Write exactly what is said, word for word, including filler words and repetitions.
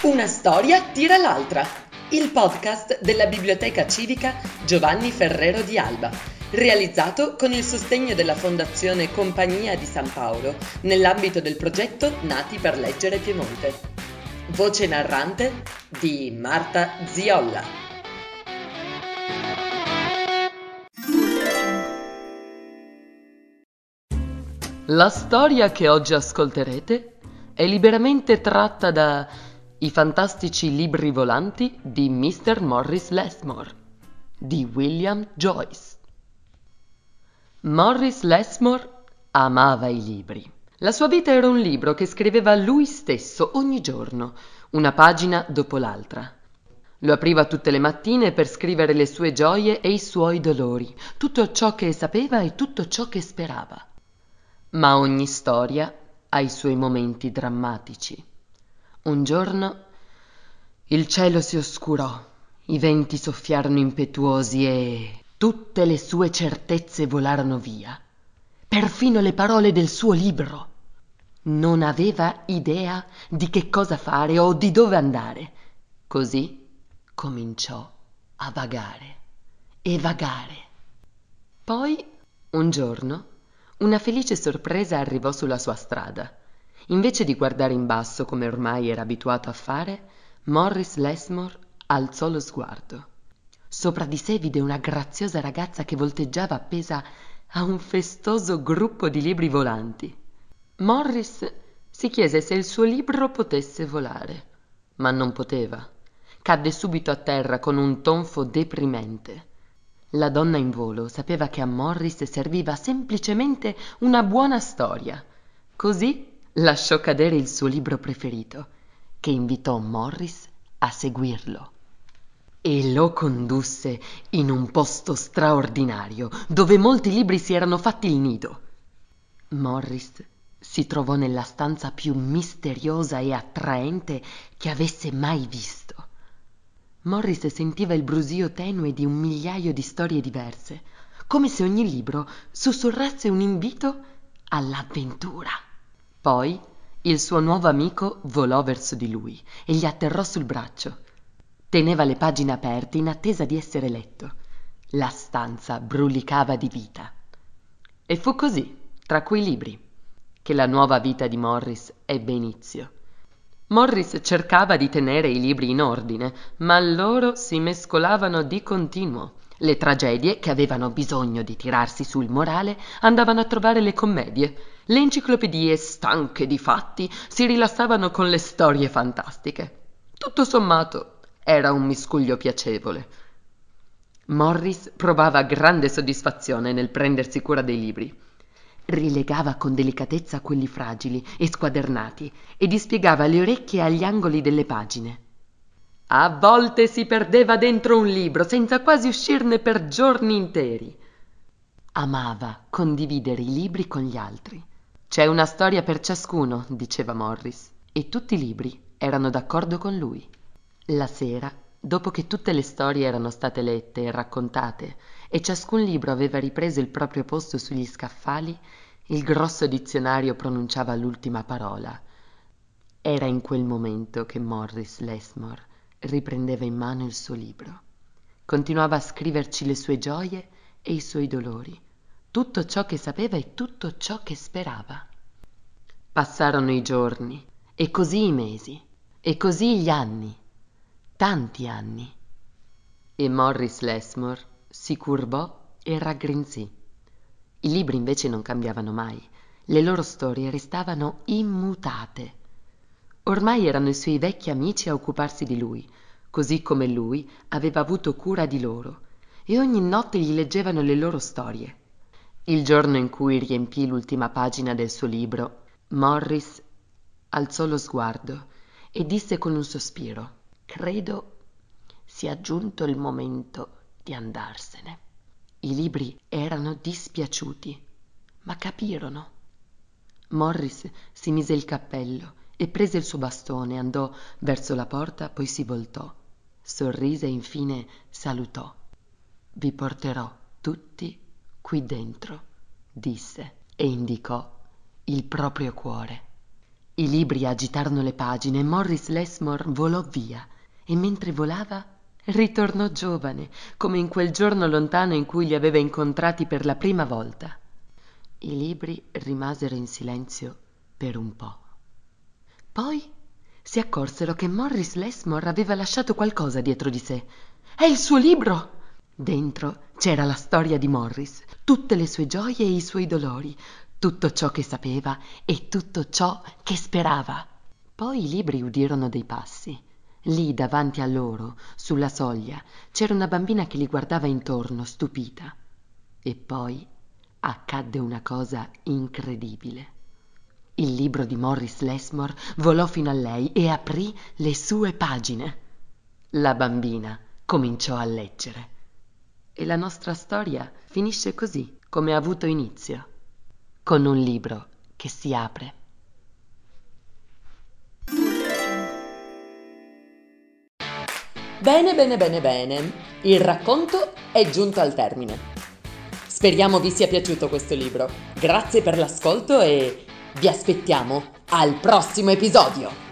Una storia tira l'altra. Il podcast della Biblioteca Civica Giovanni Ferrero di Alba, realizzato con il sostegno della Fondazione Compagnia di San Paolo nell'ambito del progetto Nati per leggere Piemonte. Voce narrante di Marta Ziolla. La storia che oggi ascolterete è liberamente tratta da I fantastici libri volanti di mister Morris Lesmore di William Joyce. Morris Lesmore amava i libri. La sua vita era un libro che scriveva lui stesso ogni giorno, una pagina dopo l'altra. Lo apriva tutte le mattine per scrivere le sue gioie e i suoi dolori, tutto ciò che sapeva e tutto ciò che sperava. Ma ogni storia ha i suoi momenti drammatici. Un giorno il cielo si oscurò, i venti soffiarono impetuosi e tutte le sue certezze volarono via, perfino le parole del suo libro. Non aveva idea di che cosa fare o di dove andare. Così cominciò a vagare e vagare. Poi, un giorno, una felice sorpresa arrivò sulla sua strada. Invece di guardare in basso come ormai era abituato a fare, Morris Lesmore alzò lo sguardo. Sopra di sé vide una graziosa ragazza che volteggiava appesa a un festoso gruppo di libri volanti. Morris si chiese se il suo libro potesse volare, ma non poteva. Cadde subito a terra con un tonfo deprimente. La donna in volo sapeva che a Morris serviva semplicemente una buona storia. Così lasciò cadere il suo libro preferito, che invitò Morris a seguirlo. E lo condusse in un posto straordinario, dove molti libri si erano fatti il nido. Morris si trovò nella stanza più misteriosa e attraente che avesse mai visto. Morris sentiva il brusio tenue di un migliaio di storie diverse, come se ogni libro sussurrasse un invito all'avventura. Poi il suo nuovo amico volò verso di lui e gli atterrò sul braccio. Teneva le pagine aperte in attesa di essere letto. La stanza brulicava di vita. E fu così, tra quei libri, che la nuova vita di Morris ebbe inizio. Morris cercava di tenere i libri in ordine, ma loro si mescolavano di continuo. Le tragedie, che avevano bisogno di tirarsi sul morale, andavano a trovare le commedie. Le enciclopedie, stanche di fatti, si rilassavano con le storie fantastiche. Tutto sommato, era un miscuglio piacevole. Morris provava grande soddisfazione nel prendersi cura dei libri. Rilegava con delicatezza quelli fragili e squadernati e dispiegava le orecchie agli angoli delle pagine. A volte si perdeva dentro un libro senza quasi uscirne per giorni interi. Amava condividere i libri con gli altri. C'è una storia per ciascuno, diceva Morris, e tutti i libri erano d'accordo con lui. La sera, dopo che tutte le storie erano state lette e raccontate e ciascun libro aveva ripreso il proprio posto sugli scaffali, il grosso dizionario pronunciava l'ultima parola. Era in quel momento che Morris Lesmore riprendeva in mano il suo libro. Continuava a scriverci le sue gioie e i suoi dolori, tutto ciò che sapeva e tutto ciò che sperava. Passarono i giorni, e così i mesi, e così gli anni, tanti anni. E Morris Lesmore si curvò e raggrinzì. I libri invece non cambiavano mai, le loro storie restavano immutate. Ormai erano i suoi vecchi amici a occuparsi di lui, così come lui aveva avuto cura di loro, e ogni notte gli leggevano le loro storie. Il giorno in cui riempì l'ultima pagina del suo libro, Morris alzò lo sguardo e disse con un sospiro: «Credo sia giunto il momento di andarsene». I libri erano dispiaciuti, ma capirono. Morris si mise il cappello e prese il suo bastone, andò verso la porta, poi si voltò, sorrise e infine salutò. «Vi porterò tutti qui dentro», disse, e indicò il proprio cuore. I libri agitarono le pagine e Morris Lesmore volò via, e mentre volava ritornò giovane, come in quel giorno lontano in cui li aveva incontrati per la prima volta. I libri rimasero in silenzio per un po'. Poi si accorsero che Morris Lesmore aveva lasciato qualcosa dietro di sé. «È il suo libro!» Dentro c'era la storia di Morris, tutte le sue gioie e i suoi dolori, tutto ciò che sapeva e tutto ciò che sperava. Poi i libri udirono dei passi. Lì davanti a loro, sulla soglia, c'era una bambina che li guardava intorno, stupita. E poi accadde una cosa incredibile. Il libro di Morris Lesmore volò fino a lei e aprì le sue pagine. La bambina cominciò a leggere. E la nostra storia finisce così, come ha avuto inizio, con un libro che si apre. Bene, bene, bene, bene. Il racconto è giunto al termine. Speriamo vi sia piaciuto questo libro. Grazie per l'ascolto e vi aspettiamo al prossimo episodio.